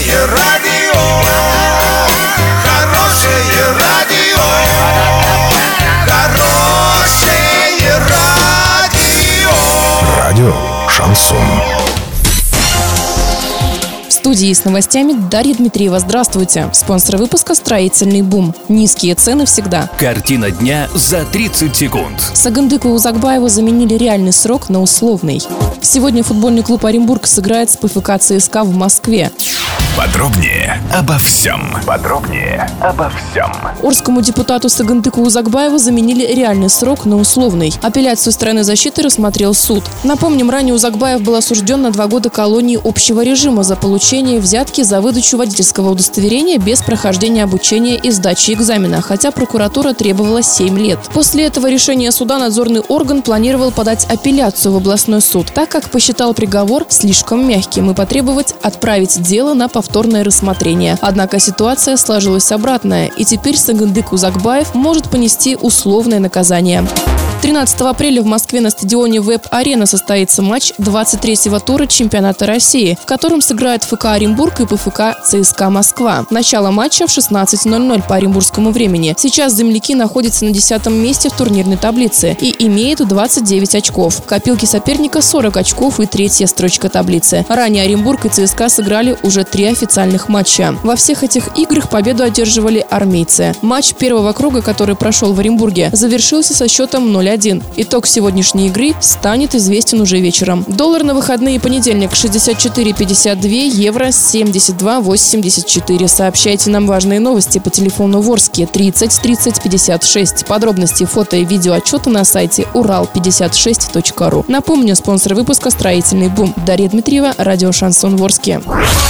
Хорошее радио, хорошее радио, хорошее радио. Радио Шансон. В студии с новостями Дарья Дмитриева. Здравствуйте. Спонсор выпуска «Строительный бум». Низкие цены всегда. Картина дня за 30 секунд. Сагындыку Узакбаеву заменили реальный срок на условный. Сегодня футбольный клуб «Оренбург» сыграет с ПФК ЦСКА в Москве. Подробнее обо всем. Орскому депутату Сагындыку Узакбаеву заменили реальный срок на условный. Апелляцию стороны защиты рассмотрел суд. Напомним, ранее Узакбаев был осужден на 2 года колонии общего режима за получение взятки за выдачу водительского удостоверения без прохождения обучения и сдачи экзамена, хотя прокуратура требовала 7 лет. После этого решения суда надзорный орган планировал подать апелляцию в областной суд, так как посчитал приговор слишком мягким и потребовать отправить дело на повторное рассмотрение. Однако ситуация сложилась обратная, и теперь Сагындык Узакбаев может понести условное наказание. 13 апреля в Москве на стадионе ВЭП-Арена состоится матч 23-го тура чемпионата России, в котором сыграют ФК Оренбург и ПФК ЦСКА Москва. Начало матча в 16:00 по оренбургскому времени. Сейчас земляки находятся на 10-м месте в турнирной таблице и имеют 29 очков. В копилке соперника 40 очков и 3-я строчка таблицы. Ранее Оренбург и ЦСКА сыграли уже 3 официальных матча. Во всех этих играх победу одерживали армейцы. Матч первого круга, который прошел в Оренбурге, завершился со счетом 0-1. Итог сегодняшней игры станет известен уже вечером. Доллар на выходные понедельник 64,52, евро 72,84. Сообщайте нам важные новости по телефону Ворске 30 30 56. Подробности, фото и видео отчета на сайте урал56.ру. Напомню, спонсор выпуска «Строительный бум». Дарья Дмитриева, радио Шансон Ворске.